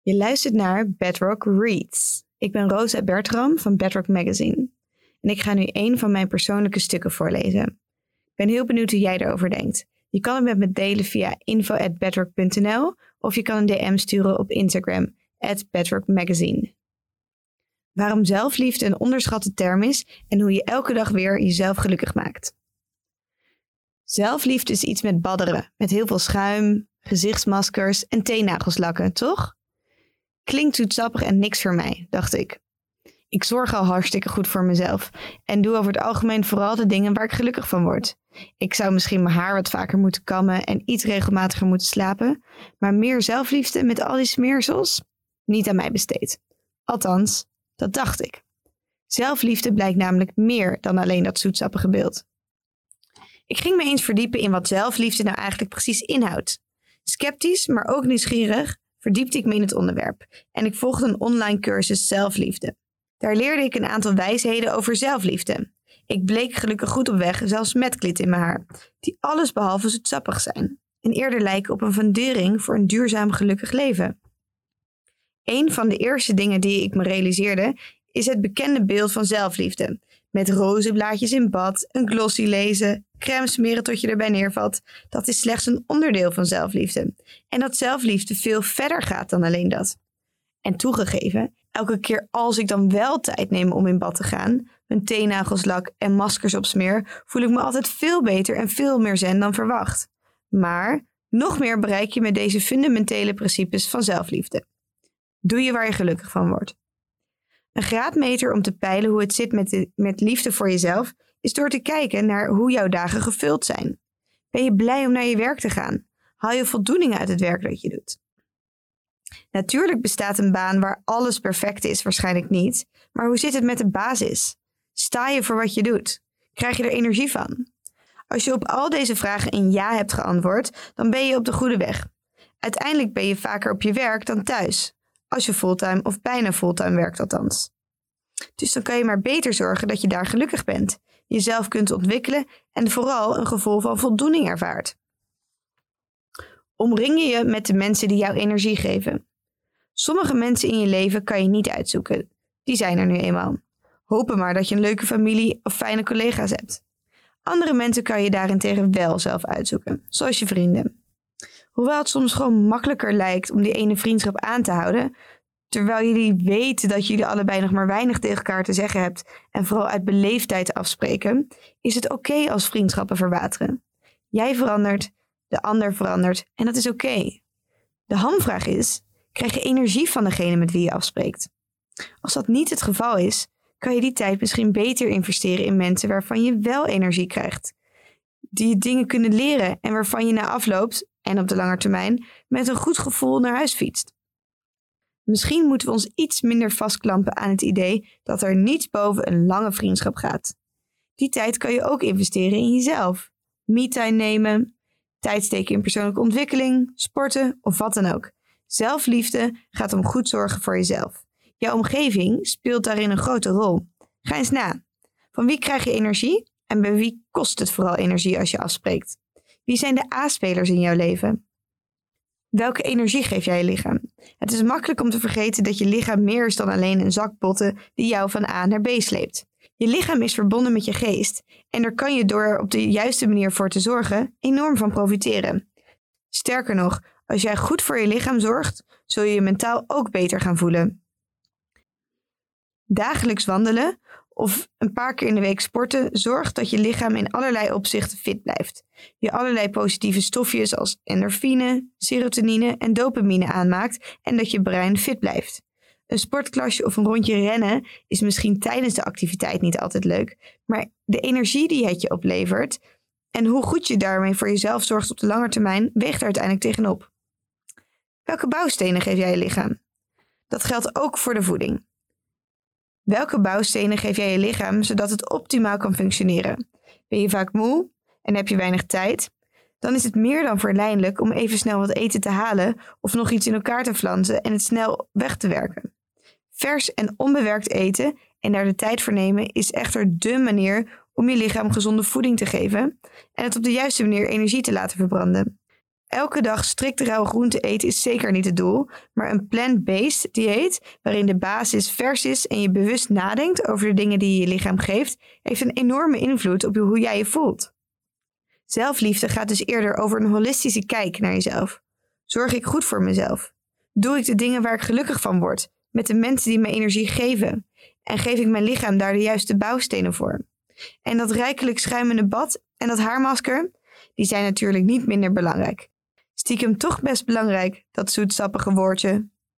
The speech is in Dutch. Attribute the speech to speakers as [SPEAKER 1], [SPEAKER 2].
[SPEAKER 1] Je luistert naar Bedrock Reads. Ik ben Rosa Bertram van Bedrock Magazine. En ik ga nu een van mijn persoonlijke stukken voorlezen. Ik ben heel benieuwd hoe jij erover denkt. Je kan het met me delen via info@bedrock.nl of je kan een DM sturen op Instagram @bedrockmagazine. Waarom zelfliefde een onderschatte term is en hoe je elke dag weer jezelf gelukkig maakt. Zelfliefde is iets met badderen, met heel veel schuim, gezichtsmaskers en teennagelslakken, toch? Klinkt zoetsappig en niks voor mij, dacht ik. Ik zorg al hartstikke goed voor mezelf en doe over het algemeen vooral de dingen waar ik gelukkig van word. Ik zou misschien mijn haar wat vaker moeten kammen en iets regelmatiger moeten slapen, maar meer zelfliefde met al die smeersels? Niet aan mij besteed. Althans, dat dacht ik. Zelfliefde blijkt namelijk meer dan alleen dat zoetsappige beeld. Ik ging me eens verdiepen in wat zelfliefde nou eigenlijk precies inhoudt. Sceptisch, maar ook nieuwsgierig, verdiepte ik me in het onderwerp en ik volgde een online cursus zelfliefde. Daar leerde ik een aantal wijsheden over zelfliefde. Ik bleek gelukkig goed op weg, zelfs met klit in mijn haar, die alles behalve zoetsappig zijn en eerder lijken op een fundering voor een duurzaam gelukkig leven. Een van de eerste dingen die ik me realiseerde is het bekende beeld van zelfliefde. Met rozenblaadjes in bad, een glossy lezen, crème smeren tot je erbij neervalt. Dat is slechts een onderdeel van zelfliefde. En dat zelfliefde veel verder gaat dan alleen dat. En toegegeven, elke keer als ik dan wel tijd neem om in bad te gaan, mijn teennagels lak en maskers opsmeer, voel ik me altijd veel beter en veel meer zen dan verwacht. Maar nog meer bereik je met deze fundamentele principes van zelfliefde. Doe je waar je gelukkig van wordt. Een graadmeter om te peilen hoe het zit met liefde voor jezelf is door te kijken naar hoe jouw dagen gevuld zijn. Ben je blij om naar je werk te gaan? Haal je voldoening uit het werk dat je doet? Natuurlijk bestaat een baan waar alles perfect is waarschijnlijk niet, maar hoe zit het met de basis? Sta je voor wat je doet? Krijg je er energie van? Als je op al deze vragen een ja hebt geantwoord, dan ben je op de goede weg. Uiteindelijk ben je vaker op je werk dan thuis. Als je fulltime of bijna fulltime werkt althans. Dus dan kan je maar beter zorgen dat je daar gelukkig bent, jezelf kunt ontwikkelen en vooral een gevoel van voldoening ervaart. Omring je met de mensen die jou energie geven. Sommige mensen in je leven kan je niet uitzoeken. Die zijn er nu eenmaal. Hopen maar dat je een leuke familie of fijne collega's hebt. Andere mensen kan je daarentegen wel zelf uitzoeken, zoals je vrienden. Hoewel het soms gewoon makkelijker lijkt om die ene vriendschap aan te houden, terwijl jullie weten dat jullie allebei nog maar weinig tegen elkaar te zeggen hebt en vooral uit beleefdheid afspreken, is het oké als vriendschappen verwateren. Jij verandert, de ander verandert en dat is oké. De hamvraag is, krijg je energie van degene met wie je afspreekt? Als dat niet het geval is, kan je die tijd misschien beter investeren in mensen waarvan je wel energie krijgt. Die je dingen kunnen leren en waarvan je na afloopt, en op de lange termijn, met een goed gevoel naar huis fietst. Misschien moeten we ons iets minder vastklampen aan het idee dat er niets boven een lange vriendschap gaat. Die tijd kan je ook investeren in jezelf. Me-time nemen, tijd steken in persoonlijke ontwikkeling, sporten of wat dan ook. Zelfliefde gaat om goed zorgen voor jezelf. Jouw omgeving speelt daarin een grote rol. Ga eens na. Van wie krijg je energie en bij wie kost het vooral energie als je afspreekt? Wie zijn de A-spelers in jouw leven? Welke energie geef jij je lichaam? Het is makkelijk om te vergeten dat je lichaam meer is dan alleen een zak botten die jou van A naar B sleept. Je lichaam is verbonden met je geest en daar kan je door er op de juiste manier voor te zorgen enorm van profiteren. Sterker nog, als jij goed voor je lichaam zorgt, zul je je mentaal ook beter gaan voelen. Dagelijks wandelen of een paar keer in de week sporten zorgt dat je lichaam in allerlei opzichten fit blijft. Je allerlei positieve stofjes als endorfine, serotonine en dopamine aanmaakt en dat je brein fit blijft. Een sportklasje of een rondje rennen is misschien tijdens de activiteit niet altijd leuk, maar de energie die het je oplevert en hoe goed je daarmee voor jezelf zorgt op de lange termijn weegt er uiteindelijk tegenop. Welke bouwstenen geef jij je lichaam? Dat geldt ook voor de voeding. Welke bouwstenen geef jij je lichaam zodat het optimaal kan functioneren? Ben je vaak moe en heb je weinig tijd? Dan is het meer dan verleidelijk om even snel wat eten te halen of nog iets in elkaar te flansen en het snel weg te werken. Vers en onbewerkt eten en daar de tijd voor nemen is echter dé manier om je lichaam gezonde voeding te geven en het op de juiste manier energie te laten verbranden. Elke dag strikt rauwe groente eten is zeker niet het doel, maar een plant-based dieet waarin de basis vers is en je bewust nadenkt over de dingen die je lichaam geeft, heeft een enorme invloed op hoe jij je voelt. Zelfliefde gaat dus eerder over een holistische kijk naar jezelf. Zorg ik goed voor mezelf? Doe ik de dingen waar ik gelukkig van word, met de mensen die me energie geven? En geef ik mijn lichaam daar de juiste bouwstenen voor? En dat rijkelijk schuimende bad en dat haarmasker, die zijn natuurlijk niet minder belangrijk. Stiekem toch best belangrijk, dat zoetsappige woordje.